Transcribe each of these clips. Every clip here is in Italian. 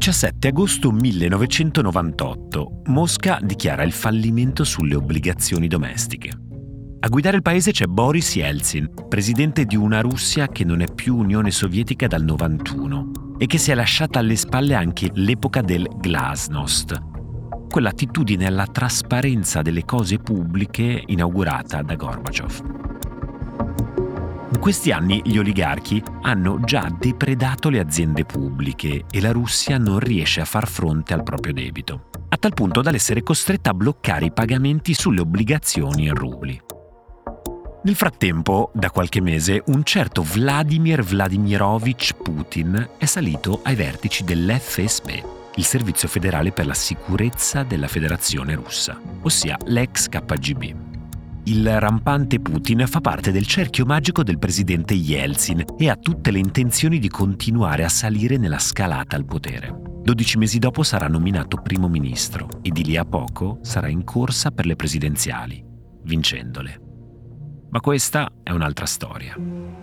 17 agosto 1998. Mosca dichiara il fallimento sulle obbligazioni domestiche. A guidare il paese c'è Boris Yeltsin, presidente di una Russia che non è più Unione Sovietica dal 91 e che si è lasciata alle spalle anche l'epoca del glasnost, quell'attitudine alla trasparenza delle cose pubbliche inaugurata da Gorbaciov. In questi anni gli oligarchi hanno già depredato le aziende pubbliche e la Russia non riesce a far fronte al proprio debito, a tal punto dall'essere costretta a bloccare i pagamenti sulle obbligazioni in rubli. Nel frattempo, da qualche mese, un certo Vladimir Vladimirovich Putin è salito ai vertici dell'FSB, il Servizio Federale per la Sicurezza della Federazione Russa, ossia l'ex KGB. Il rampante Putin fa parte del cerchio magico del presidente Yeltsin e ha tutte le intenzioni di continuare a salire nella scalata al potere. 12 mesi dopo sarà nominato primo ministro e di lì a poco sarà in corsa per le presidenziali, vincendole. Ma questa è un'altra storia.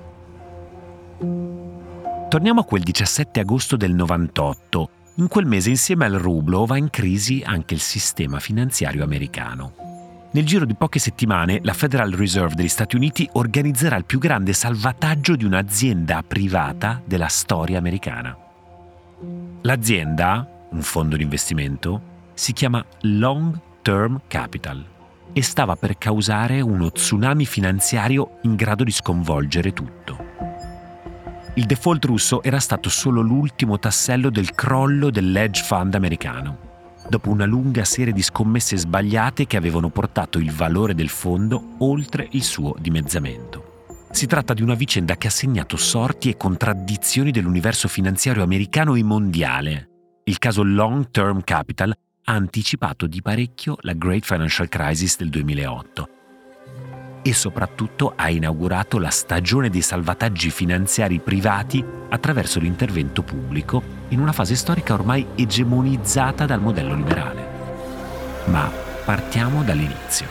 Torniamo a quel 17 agosto del 98. In quel mese, insieme al rublo, va in crisi anche il sistema finanziario americano. Nel giro di poche settimane, la Federal Reserve degli Stati Uniti organizzerà il più grande salvataggio di un'azienda privata della storia americana. L'azienda, un fondo di investimento, si chiama Long Term Capital e stava per causare uno tsunami finanziario in grado di sconvolgere tutto. Il default russo era stato solo l'ultimo tassello del crollo dell'hedge fund americano, dopo una lunga serie di scommesse sbagliate che avevano portato il valore del fondo oltre il suo dimezzamento. Si tratta di una vicenda che ha segnato sorti e contraddizioni dell'universo finanziario americano e mondiale. Il caso Long Term Capital ha anticipato di parecchio la Great Financial Crisis del 2008 e soprattutto ha inaugurato la stagione dei salvataggi finanziari privati attraverso l'intervento pubblico in una fase storica ormai egemonizzata dal modello liberale. Ma partiamo dall'inizio.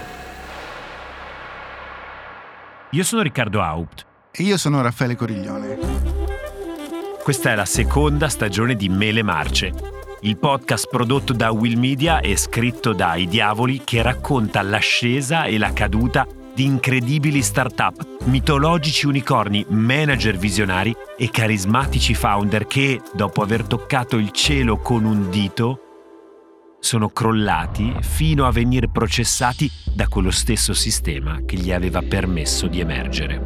Io sono Riccardo Haupt. E io sono Raffaele Coriglione. Questa è la seconda stagione di Mele Marce, il podcast prodotto da Will Media e scritto da I Diavoli che racconta l'ascesa e la caduta di incredibili start-up, mitologici unicorni, manager visionari e carismatici founder che, dopo aver toccato il cielo con un dito, sono crollati fino a venire processati da quello stesso sistema che gli aveva permesso di emergere.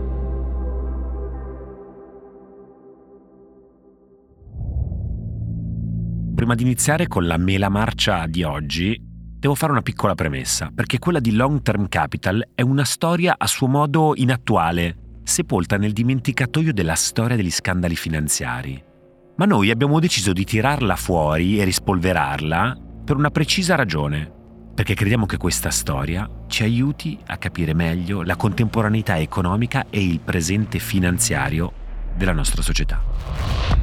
Prima di iniziare con la mela marcia di oggi, devo fare una piccola premessa, perché quella di Long Term Capital è una storia a suo modo inattuale, sepolta nel dimenticatoio della storia degli scandali finanziari. Ma noi abbiamo deciso di tirarla fuori e rispolverarla per una precisa ragione, perché crediamo che questa storia ci aiuti a capire meglio la contemporaneità economica e il presente finanziario della nostra società.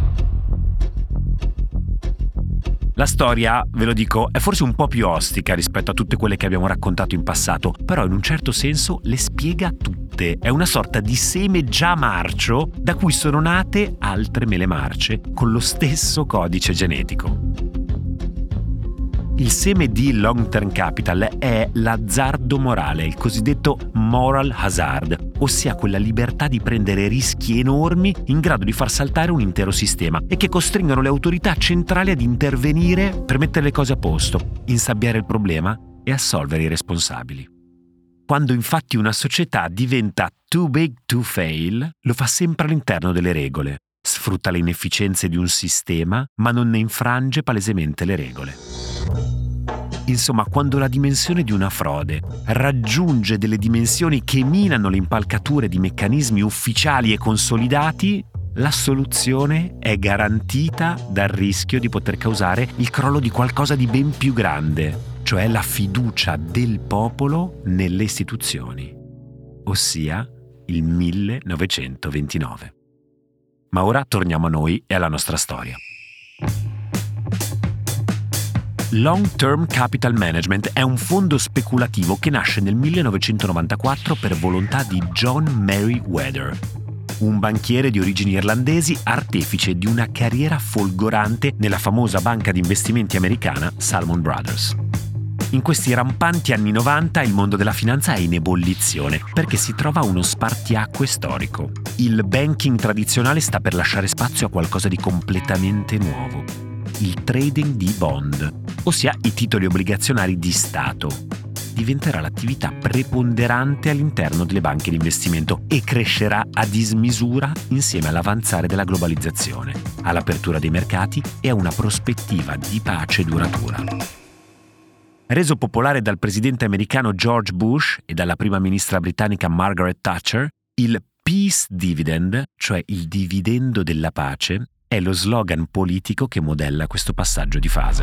La storia, ve lo dico, è forse un po' più ostica rispetto a tutte quelle che abbiamo raccontato in passato, però in un certo senso le spiega tutte. È una sorta di seme già marcio da cui sono nate altre mele marce con lo stesso codice genetico. Il seme di Long Term Capital è l'azzardo morale, il cosiddetto moral hazard, ossia quella libertà di prendere rischi enormi in grado di far saltare un intero sistema e che costringono le autorità centrali ad intervenire per mettere le cose a posto, insabbiare il problema e assolvere i responsabili. Quando infatti una società diventa too big to fail, lo fa sempre all'interno delle regole, sfrutta le inefficienze di un sistema ma non ne infrange palesemente le regole. Insomma, quando la dimensione di una frode raggiunge delle dimensioni che minano le impalcature di meccanismi ufficiali e consolidati, la soluzione è garantita dal rischio di poter causare il crollo di qualcosa di ben più grande, cioè la fiducia del popolo nelle istituzioni, ossia il 1929. Ma ora torniamo a noi e alla nostra storia. Long Term Capital Management è un fondo speculativo che nasce nel 1994 per volontà di John Meriwether. un banchiere di origini irlandesi artefice di una carriera folgorante nella famosa banca di investimenti americana Salomon Brothers. In questi rampanti anni 90 il mondo della finanza è in ebollizione perché si trova uno spartiacque storico. Il banking tradizionale sta per lasciare spazio a qualcosa di completamente nuovo: il trading di bond, ossia i titoli obbligazionari di Stato. Diventerà l'attività preponderante all'interno delle banche di investimento e crescerà a dismisura insieme all'avanzare della globalizzazione, all'apertura dei mercati e a una prospettiva di pace duratura. Reso popolare dal presidente americano George Bush e dalla prima ministra britannica Margaret Thatcher, il Peace Dividend, cioè il dividendo della pace, è lo slogan politico che modella questo passaggio di fase.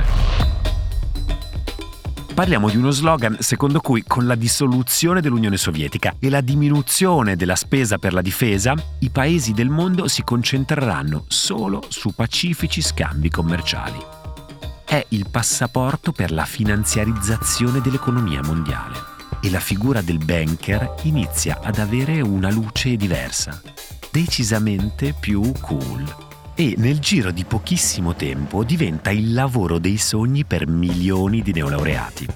Parliamo di uno slogan secondo cui con la dissoluzione dell'Unione Sovietica e la diminuzione della spesa per la difesa, i paesi del mondo si concentreranno solo su pacifici scambi commerciali. È il passaporto per la finanziarizzazione dell'economia mondiale e la figura del banker inizia ad avere una luce diversa, decisamente più cool. E nel giro di pochissimo tempo diventa il lavoro dei sogni per milioni di neolaureati.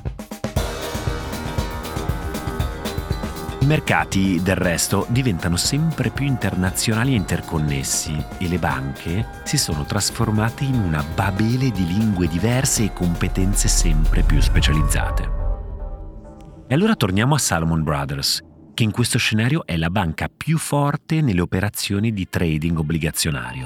I mercati, del resto, diventano sempre più internazionali e interconnessi e le banche si sono trasformate in una babele di lingue diverse e competenze sempre più specializzate. E allora torniamo a Salomon Brothers, che in questo scenario è la banca più forte nelle operazioni di trading obbligazionario.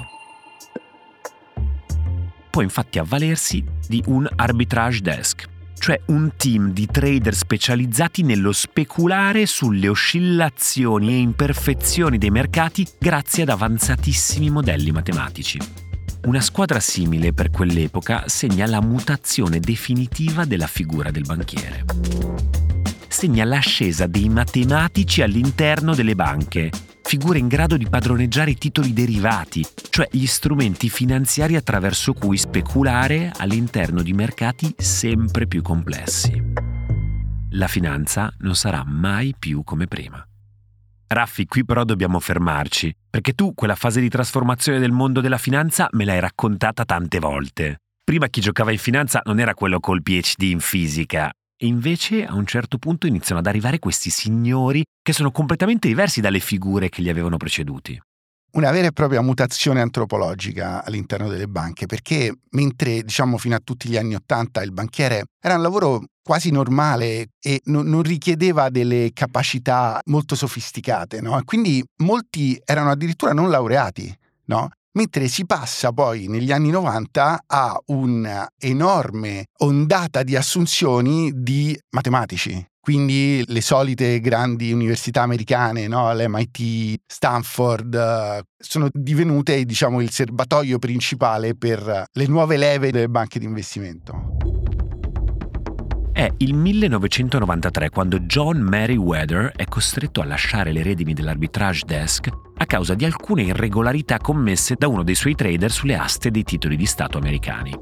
Può infatti avvalersi di un arbitrage desk, cioè un team di trader specializzati nello speculare sulle oscillazioni e imperfezioni dei mercati grazie ad avanzatissimi modelli matematici. Una squadra simile per quell'epoca segna la mutazione definitiva della figura del banchiere. Segna l'ascesa dei matematici all'interno delle banche, figure in grado di padroneggiare i titoli derivati, cioè gli strumenti finanziari attraverso cui speculare all'interno di mercati sempre più complessi. La finanza non sarà mai più come prima. Raffi, qui però dobbiamo fermarci, perché tu quella fase di trasformazione del mondo della finanza me l'hai raccontata tante volte. Prima chi giocava in finanza non era quello col PhD in fisica. E invece a un certo punto iniziano ad arrivare questi signori che sono completamente diversi dalle figure che li avevano preceduti. Una vera e propria mutazione antropologica all'interno delle banche, perché mentre fino a tutti gli anni '80 il banchiere era un lavoro quasi normale e non richiedeva delle capacità molto sofisticate, no? Quindi molti erano addirittura non laureati, no? Mentre si passa poi negli anni 90 a un'enorme ondata di assunzioni di matematici. Quindi le solite grandi università americane, no? L'MIT, Stanford, sono divenute il serbatoio principale per le nuove leve delle banche di investimento. È il 1993 quando John Meriwether è costretto a lasciare le redini dell'arbitrage desk a causa di alcune irregolarità commesse da uno dei suoi trader sulle aste dei titoli di Stato americani.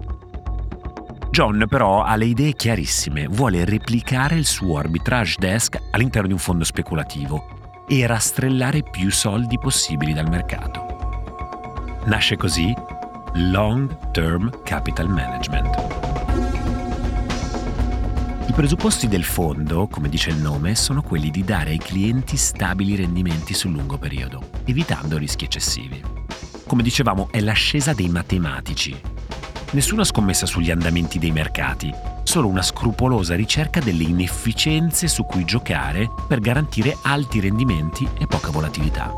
John però ha le idee chiarissime, vuole replicare il suo arbitrage desk all'interno di un fondo speculativo e rastrellare più soldi possibili dal mercato. Nasce così Long Term Capital Management. I presupposti del fondo, come dice il nome, sono quelli di dare ai clienti stabili rendimenti sul lungo periodo, evitando rischi eccessivi. Come dicevamo, è l'ascesa dei matematici. Nessuna scommessa sugli andamenti dei mercati, solo una scrupolosa ricerca delle inefficienze su cui giocare per garantire alti rendimenti e poca volatilità.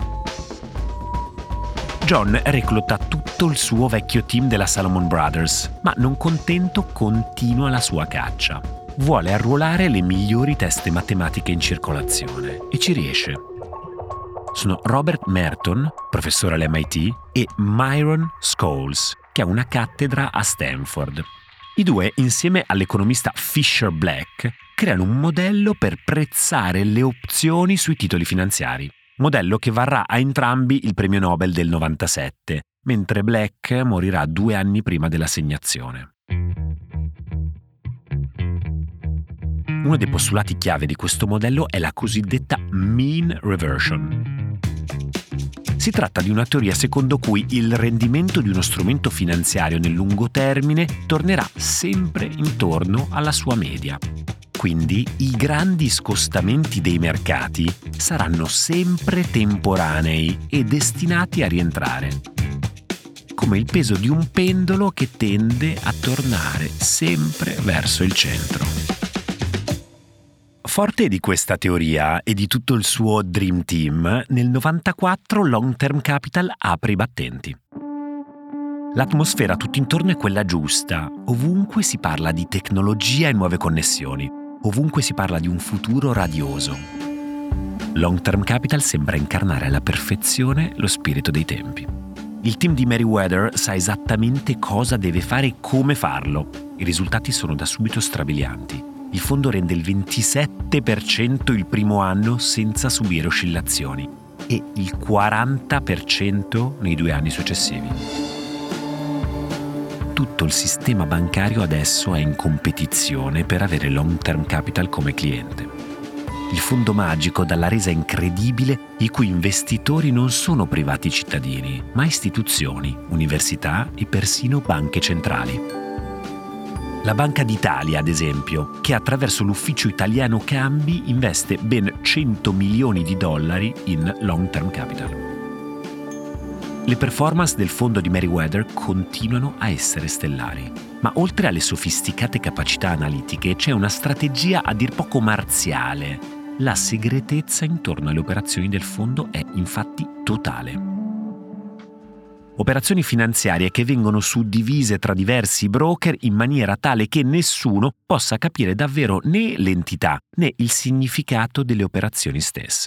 John recluta tutto il suo vecchio team della Salomon Brothers, ma non contento continua la sua caccia. Vuole arruolare le migliori teste matematiche in circolazione e ci riesce. Sono Robert Merton, professore all'MIT, e Myron Scholes, che ha una cattedra a Stanford. I due, insieme all'economista Fisher Black, creano un modello per prezzare le opzioni sui titoli finanziari. Modello che varrà a entrambi il premio Nobel del 97, mentre Black morirà 2 anni prima dell'assegnazione. Uno dei postulati chiave di questo modello è la cosiddetta mean reversion. Si tratta di una teoria secondo cui il rendimento di uno strumento finanziario nel lungo termine tornerà sempre intorno alla sua media. Quindi i grandi scostamenti dei mercati saranno sempre temporanei e destinati a rientrare, come il peso di un pendolo che tende a tornare sempre verso il centro. Forte di questa teoria e di tutto il suo Dream Team, nel 94 Long Term Capital apre i battenti. L'atmosfera tutt'intorno è quella giusta, ovunque si parla di tecnologia e nuove connessioni, ovunque si parla di un futuro radioso. Long Term Capital sembra incarnare alla perfezione lo spirito dei tempi. Il team di Meriwether sa esattamente cosa deve fare e come farlo. I risultati sono da subito strabilianti. Il fondo rende il 27% il primo anno senza subire oscillazioni e il 40% nei 2 anni successivi. Tutto il sistema bancario adesso è in competizione per avere Long Term Capital come cliente. Il fondo magico dalla resa incredibile i cui investitori non sono privati cittadini, ma istituzioni, università e persino banche centrali. La Banca d'Italia, ad esempio, che attraverso l'Ufficio Italiano Cambi investe ben $100 milioni in Long Term Capital. Le performance del fondo di Meriwether continuano a essere stellari, ma oltre alle sofisticate capacità analitiche c'è una strategia a dir poco marziale. La segretezza intorno alle operazioni del fondo è infatti totale. Operazioni finanziarie che vengono suddivise tra diversi broker in maniera tale che nessuno possa capire davvero né l'entità né il significato delle operazioni stesse.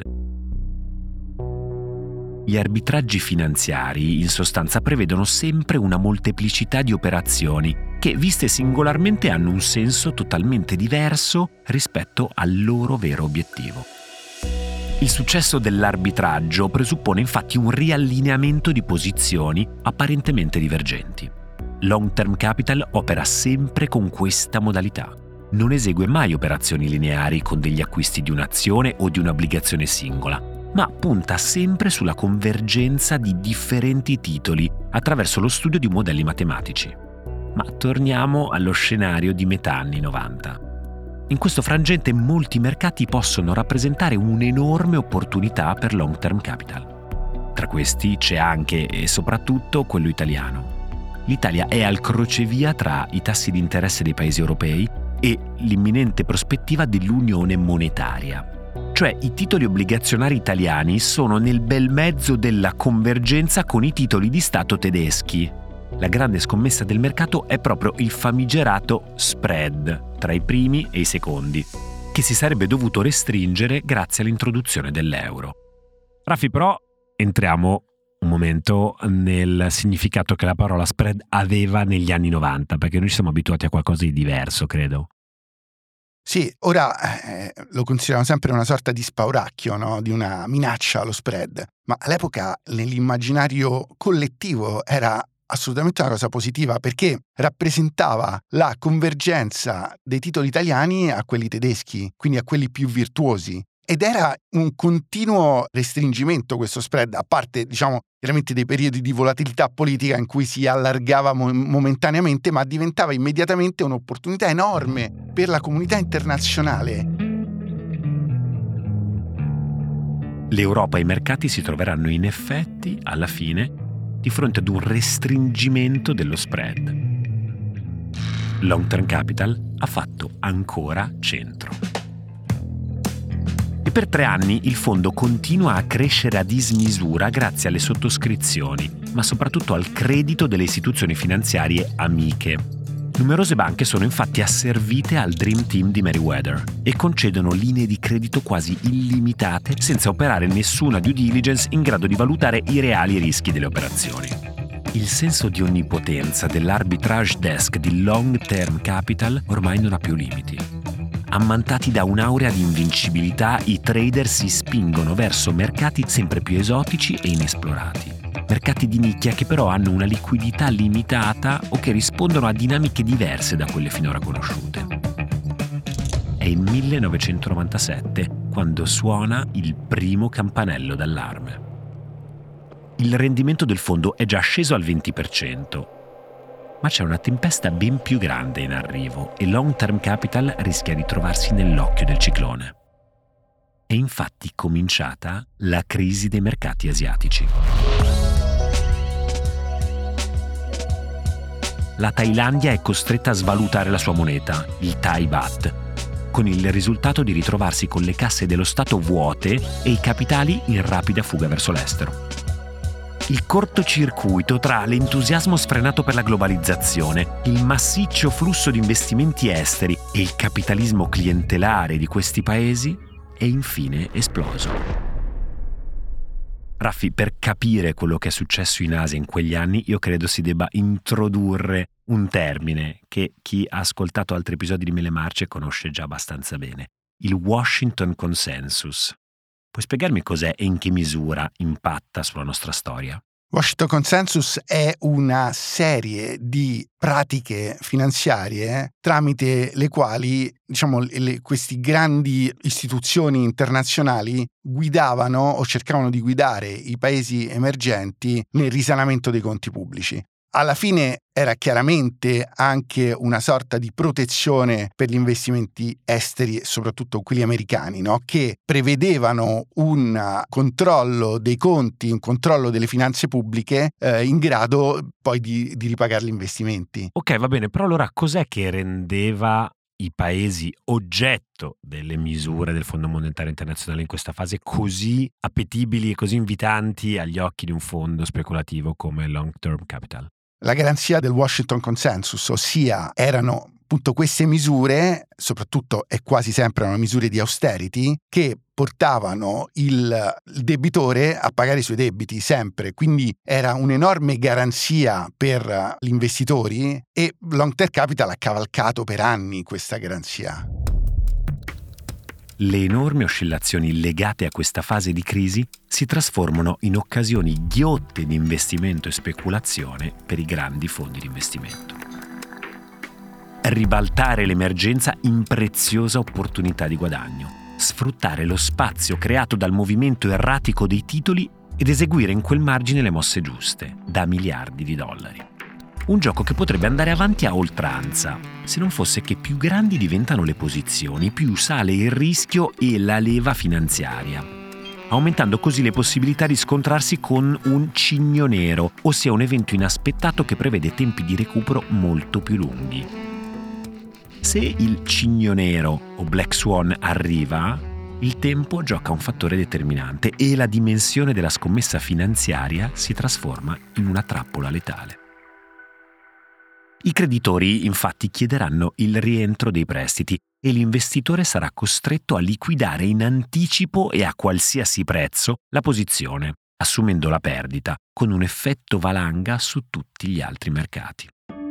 Gli arbitraggi finanziari, in sostanza, prevedono sempre una molteplicità di operazioni che, viste singolarmente, hanno un senso totalmente diverso rispetto al loro vero obiettivo. Il successo dell'arbitraggio presuppone infatti un riallineamento di posizioni apparentemente divergenti. Long Term Capital opera sempre con questa modalità. Non esegue mai operazioni lineari con degli acquisti di un'azione o di un'obbligazione singola, ma punta sempre sulla convergenza di differenti titoli attraverso lo studio di modelli matematici. Ma torniamo allo scenario di metà anni 90. In questo frangente molti mercati possono rappresentare un'enorme opportunità per Long Term Capital. Tra questi c'è anche e soprattutto quello italiano. L'Italia è al crocevia tra i tassi di interesse dei paesi europei e l'imminente prospettiva dell'unione monetaria. Cioè i titoli obbligazionari italiani sono nel bel mezzo della convergenza con i titoli di Stato tedeschi. La grande scommessa del mercato è proprio il famigerato spread tra i primi e i secondi, che si sarebbe dovuto restringere grazie all'introduzione dell'euro. Raffi, però entriamo un momento nel significato che la parola spread aveva negli anni 90, perché noi ci siamo abituati a qualcosa di diverso, credo. Sì, ora lo consideriamo sempre una sorta di spauracchio, no? Di una minaccia allo spread, ma all'epoca nell'immaginario collettivo era assolutamente una cosa positiva perché rappresentava la convergenza dei titoli italiani a quelli tedeschi, quindi a quelli più virtuosi. Ed era un continuo restringimento questo spread, a parte, chiaramente dei periodi di volatilità politica in cui si allargava momentaneamente, ma diventava immediatamente un'opportunità enorme per la comunità internazionale. L'Europa e i mercati si troveranno in effetti, alla fine, di fronte ad un restringimento dello spread. Long Term Capital ha fatto ancora centro. E per 3 anni il fondo continua a crescere a dismisura grazie alle sottoscrizioni, ma soprattutto al credito delle istituzioni finanziarie amiche. Numerose banche sono infatti asservite al Dream Team di Meriwether e concedono linee di credito quasi illimitate senza operare nessuna due diligence in grado di valutare i reali rischi delle operazioni. Il senso di onnipotenza dell'arbitrage desk di Long Term Capital ormai non ha più limiti. Ammantati da un'aurea di invincibilità, i trader si spingono verso mercati sempre più esotici e inesplorati. Mercati di nicchia che però hanno una liquidità limitata o che rispondono a dinamiche diverse da quelle finora conosciute. È il 1997 quando suona il primo campanello d'allarme. Il rendimento del fondo è già sceso al 20%, ma c'è una tempesta ben più grande in arrivo e Long Term Capital rischia di trovarsi nell'occhio del ciclone. È infatti cominciata la crisi dei mercati asiatici. La Thailandia è costretta a svalutare la sua moneta, il Thai Baht, con il risultato di ritrovarsi con le casse dello Stato vuote e i capitali in rapida fuga verso l'estero. Il cortocircuito tra l'entusiasmo sfrenato per la globalizzazione, il massiccio flusso di investimenti esteri e il capitalismo clientelare di questi paesi è infine esploso. Raffi, per capire quello che è successo in Asia in quegli anni, io credo si debba introdurre un termine che chi ha ascoltato altri episodi di Mele Marce conosce già abbastanza bene: il Washington Consensus. Puoi spiegarmi cos'è e in che misura impatta sulla nostra storia? Washington Consensus è una serie di pratiche finanziarie tramite le quali, queste grandi istituzioni internazionali guidavano o cercavano di guidare i paesi emergenti nel risanamento dei conti pubblici. Alla fine era chiaramente anche una sorta di protezione per gli investimenti esteri, soprattutto quelli americani, no? Che prevedevano un controllo dei conti, un controllo delle finanze pubbliche in grado poi di ripagare gli investimenti. Ok, va bene, però allora cos'è che rendeva i paesi oggetto delle misure del Fondo Monetario Internazionale in questa fase così appetibili e così invitanti agli occhi di un fondo speculativo come Long Term Capital? La garanzia del Washington Consensus, ossia erano appunto queste misure, soprattutto e quasi sempre erano misure di austerity, che portavano il debitore a pagare i suoi debiti sempre, quindi era un'enorme garanzia per gli investitori e Long Term Capital ha cavalcato per anni questa garanzia. Le enormi oscillazioni legate a questa fase di crisi si trasformano in occasioni ghiotte di investimento e speculazione per i grandi fondi di investimento. Ribaltare l'emergenza in preziosa opportunità di guadagno, sfruttare lo spazio creato dal movimento erratico dei titoli ed eseguire in quel margine le mosse giuste, da miliardi di dollari. Un gioco che potrebbe andare avanti a oltranza, se non fosse che più grandi diventano le posizioni, più sale il rischio e la leva finanziaria, aumentando così le possibilità di scontrarsi con un cigno nero, ossia un evento inaspettato che prevede tempi di recupero molto più lunghi. Se il cigno nero o Black Swan arriva, il tempo gioca un fattore determinante e la dimensione della scommessa finanziaria si trasforma in una trappola letale. I creditori infatti chiederanno il rientro dei prestiti e l'investitore sarà costretto a liquidare in anticipo e a qualsiasi prezzo la posizione, assumendo la perdita, con un effetto valanga su tutti gli altri mercati.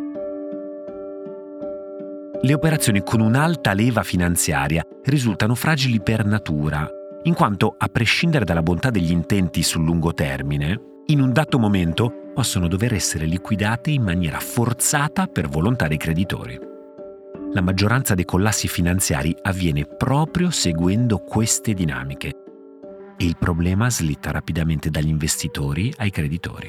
Le operazioni con un'alta leva finanziaria risultano fragili per natura, in quanto, a prescindere dalla bontà degli intenti sul lungo termine, in un dato momento possono dover essere liquidate in maniera forzata per volontà dei creditori. La maggioranza dei collassi finanziari avviene proprio seguendo queste dinamiche e il problema slitta rapidamente dagli investitori ai creditori.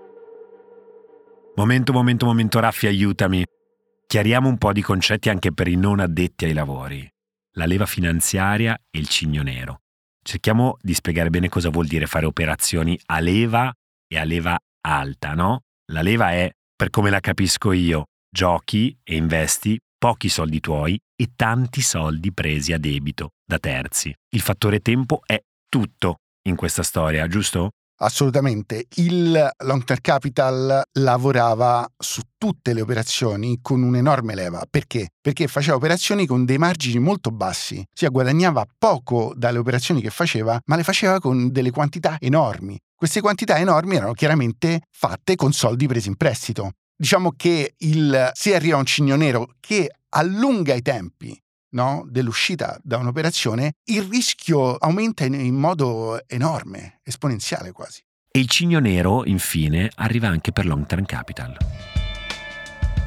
Momento, Raffi, aiutami. Chiariamo un po' di concetti anche per i non addetti ai lavori. La leva finanziaria e il cigno nero. Cerchiamo di spiegare bene cosa vuol dire fare operazioni a leva e a leva alta, no? La leva è, per come la capisco io, giochi e investi pochi soldi tuoi e tanti soldi presi a debito da terzi. Il fattore tempo è tutto in questa storia, giusto? Assolutamente. Il Long Term Capital lavorava su tutte le operazioni con un'enorme leva. Perché? Perché faceva operazioni con dei margini molto bassi. Cioè guadagnava poco dalle operazioni che faceva, ma le faceva con delle quantità enormi. Queste quantità enormi erano chiaramente fatte con soldi presi in prestito. Diciamo che se arriva un cigno nero che allunga i tempi, no, dell'uscita da un'operazione, il rischio aumenta in modo enorme, esponenziale quasi. E il cigno nero, infine, arriva anche per Long Term Capital.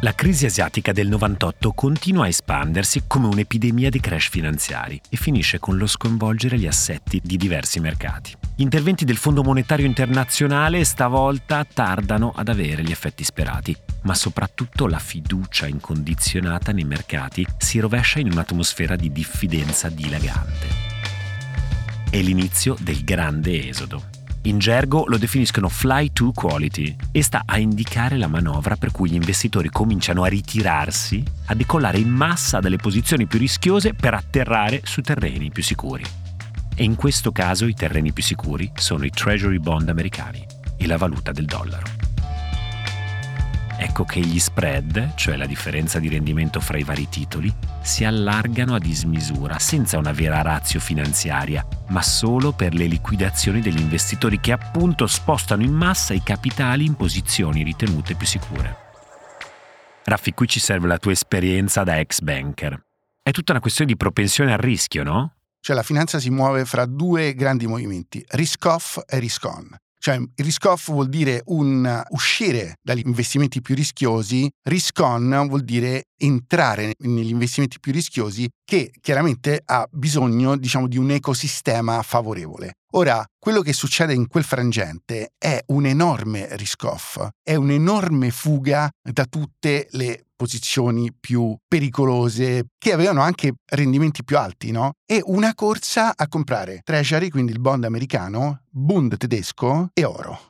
La crisi asiatica del 98 continua a espandersi come un'epidemia di crash finanziari e finisce con lo sconvolgere gli assetti di diversi mercati. Gli interventi del Fondo Monetario Internazionale stavolta tardano ad avere gli effetti sperati, ma soprattutto la fiducia incondizionata nei mercati si rovescia in un'atmosfera di diffidenza dilagante. È l'inizio del grande esodo. In gergo lo definiscono fly to quality e sta a indicare la manovra per cui gli investitori cominciano a ritirarsi, a decollare in massa dalle posizioni più rischiose per atterrare su terreni più sicuri. E in questo caso i terreni più sicuri sono i treasury bond americani e la valuta del dollaro. Ecco che gli spread, cioè la differenza di rendimento fra i vari titoli, si allargano a dismisura senza una vera ratio finanziaria, ma solo per le liquidazioni degli investitori che appunto spostano in massa i capitali in posizioni ritenute più sicure. Raffi, qui ci serve la tua esperienza da ex-banker. È tutta una questione di propensione al rischio, no? Cioè la finanza si muove fra due grandi movimenti, risk-off e risk-on. Cioè il risk-off vuol dire uscire dagli investimenti più rischiosi, risk-on vuol dire entrare negli investimenti più rischiosi che chiaramente ha bisogno, di un ecosistema favorevole. Ora, quello che succede in quel frangente è un enorme risk-off, è un'enorme fuga da tutte le posizioni più pericolose che avevano anche rendimenti più alti, no? E una corsa a comprare treasury, quindi il bond americano, Bund tedesco e oro.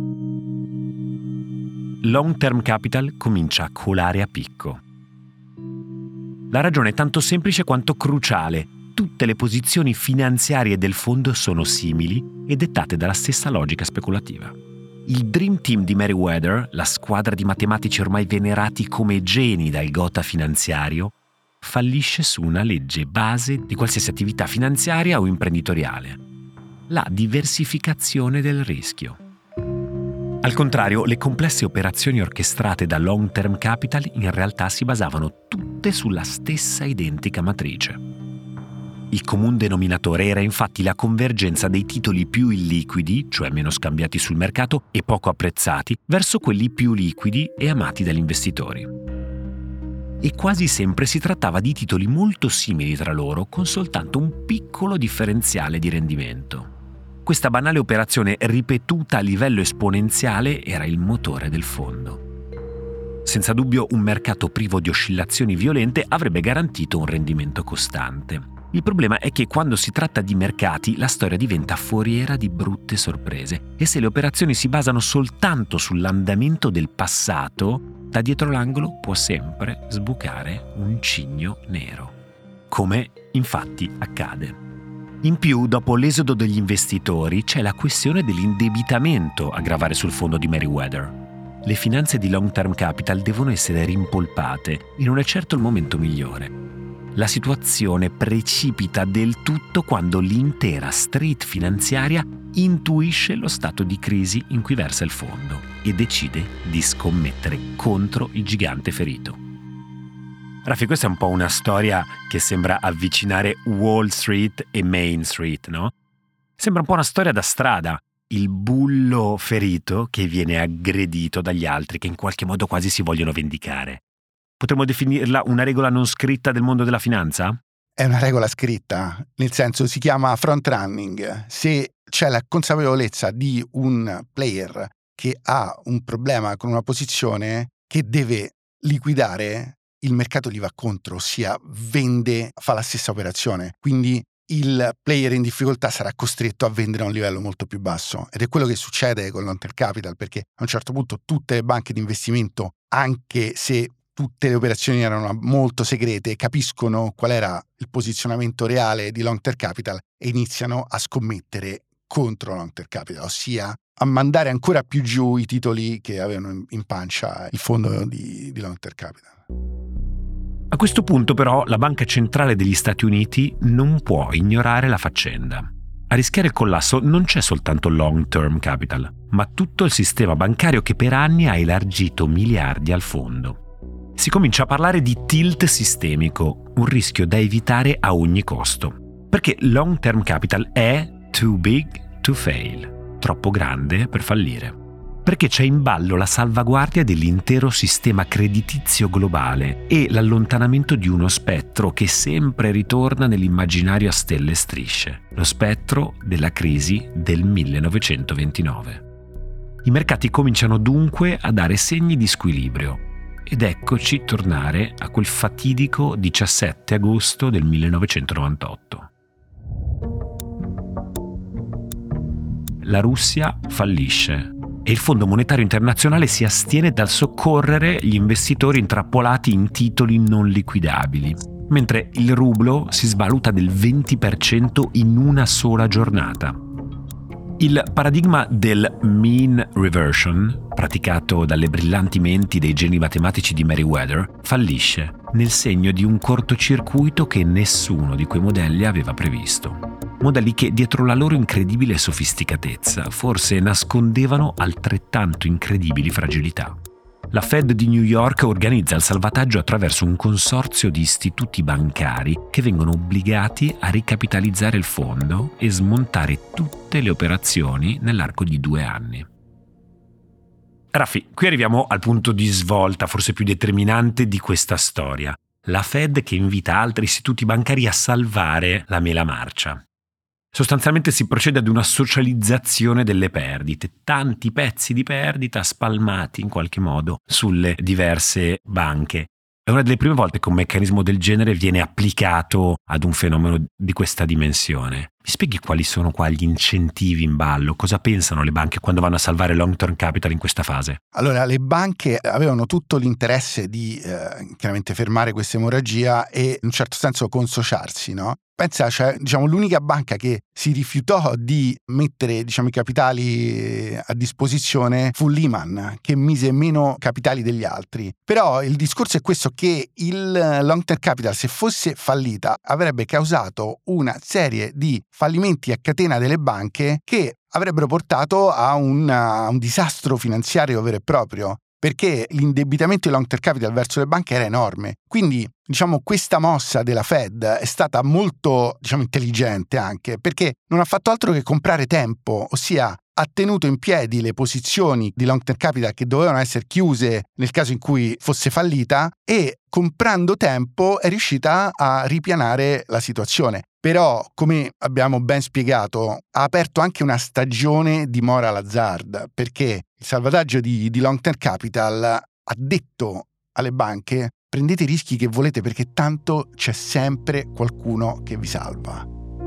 Long term capital comincia a colare a picco. La ragione è tanto semplice quanto cruciale. Tutte le posizioni finanziarie del fondo sono simili e dettate dalla stessa logica speculativa. Il Dream Team di Meriwether, la squadra di matematici ormai venerati come geni dal gotha finanziario, fallisce su una legge base di qualsiasi attività finanziaria o imprenditoriale: la diversificazione del rischio. Al contrario, le complesse operazioni orchestrate da Long Term Capital in realtà si basavano tutte sulla stessa identica matrice. Il comune denominatore era infatti la convergenza dei titoli più illiquidi, cioè meno scambiati sul mercato e poco apprezzati, verso quelli più liquidi e amati dagli investitori. E quasi sempre si trattava di titoli molto simili tra loro, con soltanto un piccolo differenziale di rendimento. Questa banale operazione ripetuta a livello esponenziale era il motore del fondo. Senza dubbio un mercato privo di oscillazioni violente avrebbe garantito un rendimento costante. Il problema è che quando si tratta di mercati la storia diventa foriera di brutte sorprese e se le operazioni si basano soltanto sull'andamento del passato, da dietro l'angolo può sempre sbucare un cigno nero. Come infatti accade. In più, dopo l'esodo degli investitori, c'è la questione dell'indebitamento a gravare sul fondo di Meriwether. Le finanze di Long Term Capital devono essere rimpolpate e non è certo il momento migliore. La situazione precipita del tutto quando l'intera street finanziaria intuisce lo stato di crisi in cui versa il fondo e decide di scommettere contro il gigante ferito. Raffi, questa è un po' una storia che sembra avvicinare Wall Street e Main Street, no? Sembra un po' una storia da strada. Il bullo ferito che viene aggredito dagli altri che in qualche modo quasi si vogliono vendicare. Potremmo definirla una regola non scritta del mondo della finanza? È una regola scritta, nel senso si chiama front running. Se c'è la consapevolezza di un player che ha un problema con una posizione che deve liquidare, il mercato gli va contro, ossia vende, fa la stessa operazione. Quindi il player in difficoltà sarà costretto a vendere a un livello molto più basso. Ed è quello che succede con Long Term Capital, perché a un certo punto tutte le banche di investimento, anche se tutte le operazioni erano molto segrete, capiscono qual era il posizionamento reale di Long Term Capital e iniziano a scommettere contro Long Term Capital, ossia a mandare ancora più giù i titoli che avevano in pancia il fondo di Long Term Capital. A questo punto però la Banca Centrale degli Stati Uniti non può ignorare la faccenda. A rischiare il collasso non c'è soltanto Long Term Capital, ma tutto il sistema bancario che per anni ha elargito miliardi al fondo. Si comincia a parlare di tilt sistemico, un rischio da evitare a ogni costo. Perché Long Term Capital è too big to fail, troppo grande per fallire. perché c'è in ballo la salvaguardia dell'intero sistema creditizio globale e l'allontanamento di uno spettro che sempre ritorna nell'immaginario a stelle e strisce, lo spettro della crisi del 1929. I mercati cominciano dunque a dare segni di squilibrio ed eccoci tornare a quel fatidico 17 agosto del 1998. La Russia fallisce e il Fondo Monetario Internazionale si astiene dal soccorrere gli investitori intrappolati in titoli non liquidabili, mentre il rublo si svaluta del 20% in una sola giornata. Il paradigma del mean reversion, praticato dalle brillanti menti dei geni matematici di Meriwether, fallisce nel segno di un cortocircuito che nessuno di quei modelli aveva previsto. Modelli che, dietro la loro incredibile sofisticatezza, forse nascondevano altrettanto incredibili fragilità. La Fed di New York organizza il salvataggio attraverso un consorzio di istituti bancari che vengono obbligati a ricapitalizzare il fondo e smontare tutte le operazioni nell'arco di 2 anni. Raffi, qui arriviamo al punto di svolta forse più determinante di questa storia. La Fed che invita altri istituti bancari a salvare la mela marcia. Sostanzialmente si procede ad una socializzazione delle perdite, tanti pezzi di perdita spalmati in qualche modo sulle diverse banche. È una delle prime volte che un meccanismo del genere viene applicato ad un fenomeno di questa dimensione. Mi spieghi quali sono qua gli incentivi in ballo? Cosa pensano le banche quando vanno a salvare long term capital in questa fase? Allora, le banche avevano tutto l'interesse di chiaramente fermare questa emorragia e in un certo senso consociarsi, no? Pensa, cioè, l'unica banca che si rifiutò di mettere, i capitali a disposizione fu Lehman, che mise meno capitali degli altri. Però il discorso è questo, che il long term capital, se fosse fallita, avrebbe causato una serie di fallimenti a catena delle banche che avrebbero portato a un disastro finanziario vero e proprio, perché l'indebitamento di long term capital verso le banche era enorme. Quindi, questa mossa della Fed è stata molto, intelligente anche, perché non ha fatto altro che comprare tempo, ossia ha tenuto in piedi le posizioni di long term capital che dovevano essere chiuse nel caso in cui fosse fallita e comprando tempo è riuscita a ripianare la situazione. Però, come abbiamo ben spiegato, ha aperto anche una stagione di moral hazard, perché il salvataggio di long term capital ha detto alle banche: prendete i rischi che volete perché tanto c'è sempre qualcuno che vi salva.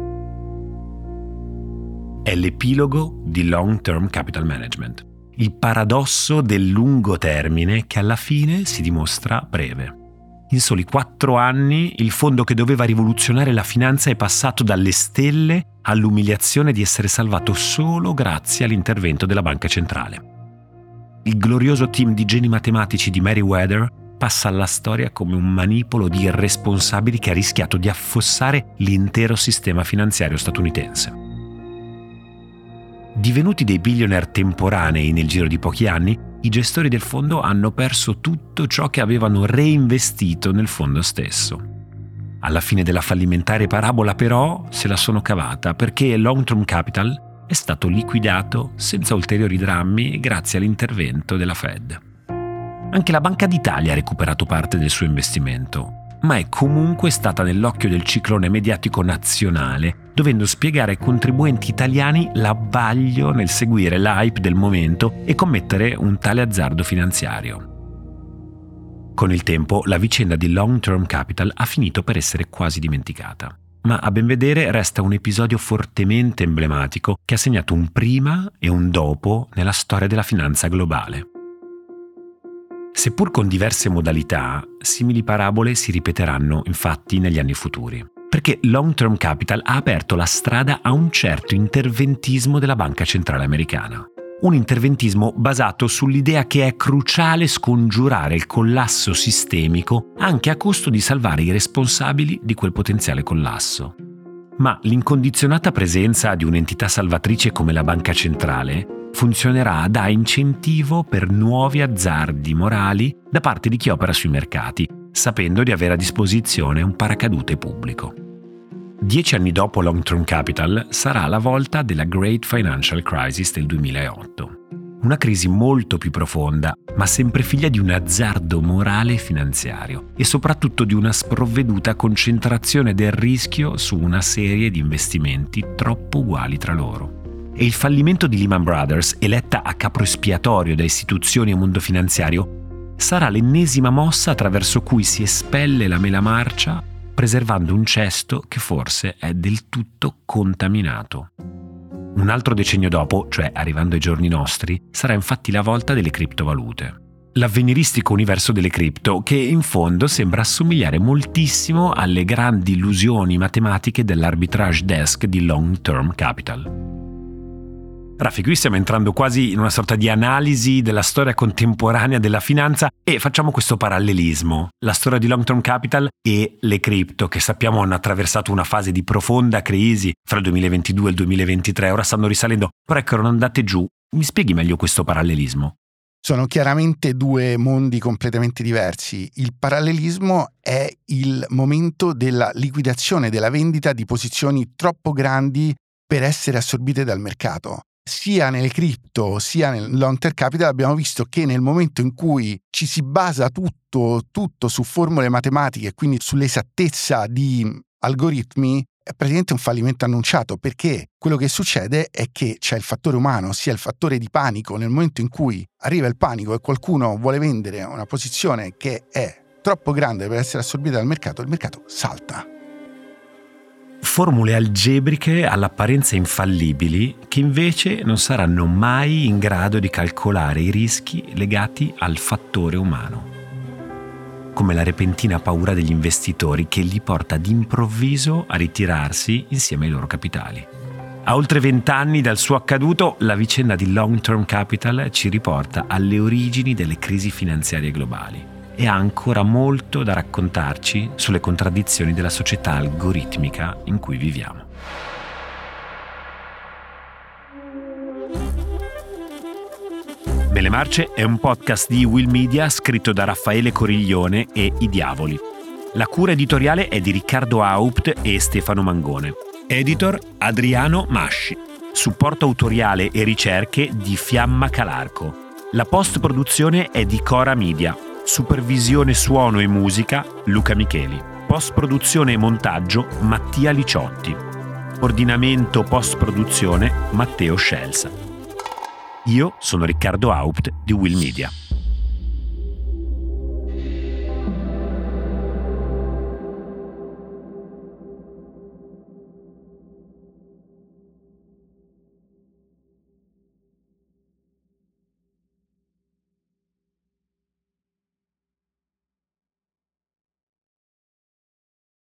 È l'epilogo di Long Term Capital Management, il paradosso del lungo termine che alla fine si dimostra breve. In soli 4 anni il fondo che doveva rivoluzionare la finanza è passato dalle stelle all'umiliazione di essere salvato solo grazie all'intervento della banca centrale. Il glorioso team di geni matematici di Meriwether passa alla storia come un manipolo di irresponsabili che ha rischiato di affossare l'intero sistema finanziario statunitense. Divenuti dei billionaire temporanei nel giro di pochi anni, i gestori del fondo hanno perso tutto ciò che avevano reinvestito nel fondo stesso. Alla fine della fallimentare parabola, però, se la sono cavata perché Long Term Capital è stato liquidato senza ulteriori drammi grazie all'intervento della Fed. Anche la Banca d'Italia ha recuperato parte del suo investimento, ma è comunque stata nell'occhio del ciclone mediatico nazionale, dovendo spiegare ai contribuenti italiani l'abbaglio nel seguire l'hype del momento e commettere un tale azzardo finanziario. Con il tempo, la vicenda di Long Term Capital ha finito per essere quasi dimenticata, ma a ben vedere resta un episodio fortemente emblematico che ha segnato un prima e un dopo nella storia della finanza globale. Seppur con diverse modalità, simili parabole si ripeteranno infatti negli anni futuri, perché Long Term Capital ha aperto la strada a un certo interventismo della Banca Centrale Americana. Un interventismo basato sull'idea che è cruciale scongiurare il collasso sistemico anche a costo di salvare i responsabili di quel potenziale collasso. Ma l'incondizionata presenza di un'entità salvatrice come la Banca Centrale funzionerà da incentivo per nuovi azzardi morali da parte di chi opera sui mercati, sapendo di avere a disposizione un paracadute pubblico. 10 anni dopo Long Term Capital sarà la volta della Great Financial Crisis del 2008. Una crisi molto più profonda, ma sempre figlia di un azzardo morale e finanziario e soprattutto di una sprovveduta concentrazione del rischio su una serie di investimenti troppo uguali tra loro. E il fallimento di Lehman Brothers, eletta a capro espiatorio da istituzioni e mondo finanziario, sarà l'ennesima mossa attraverso cui si espelle la mela marcia, preservando un cesto che forse è del tutto contaminato. Un altro decennio dopo, cioè arrivando ai giorni nostri, sarà infatti la volta delle criptovalute. L'avveniristico universo delle cripto, che in fondo sembra assomigliare moltissimo alle grandi illusioni matematiche dell'arbitrage desk di Long Term Capital. Raffi, qui stiamo entrando quasi in una sorta di analisi della storia contemporanea della finanza e facciamo questo parallelismo. La storia di Long Term Capital e le cripto, che sappiamo hanno attraversato una fase di profonda crisi fra il 2022 e il 2023, ora stanno risalendo, però ecco, erano andate giù. Mi spieghi meglio questo parallelismo? Sono chiaramente due mondi completamente diversi. Il parallelismo è il momento della liquidazione, della vendita di posizioni troppo grandi per essere assorbite dal mercato. Sia nelle cripto sia nel long term capital abbiamo visto che nel momento in cui ci si basa tutto su formule matematiche e quindi sull'esattezza di algoritmi, è praticamente un fallimento annunciato, perché quello che succede è che c'è il fattore umano, ossia il fattore di panico. Nel momento in cui arriva il panico e qualcuno vuole vendere una posizione che è troppo grande per essere assorbita dal mercato, il mercato salta. Formule algebriche all'apparenza infallibili che invece non saranno mai in grado di calcolare i rischi legati al fattore umano, come la repentina paura degli investitori che li porta d'improvviso a ritirarsi insieme ai loro capitali. A oltre 20 anni dal suo accaduto, la vicenda di Long Term Capital ci riporta alle origini delle crisi finanziarie globali e ha ancora molto da raccontarci sulle contraddizioni della società algoritmica in cui viviamo. Mele Marce è un podcast di Will Media scritto da Raffaele Coriglione e I Diavoli. La cura editoriale è di Riccardo Haupt e Stefano Mangone. Editor Adriano Masci. Supporto autoriale e ricerche di Fiamma Calarco. La post-produzione è di Cora Media. Supervisione suono e musica Luca Micheli. Post-produzione e montaggio Mattia Liciotti. Ordinamento post-produzione Matteo Scelsa. Io sono Riccardo Haupt di Will Media.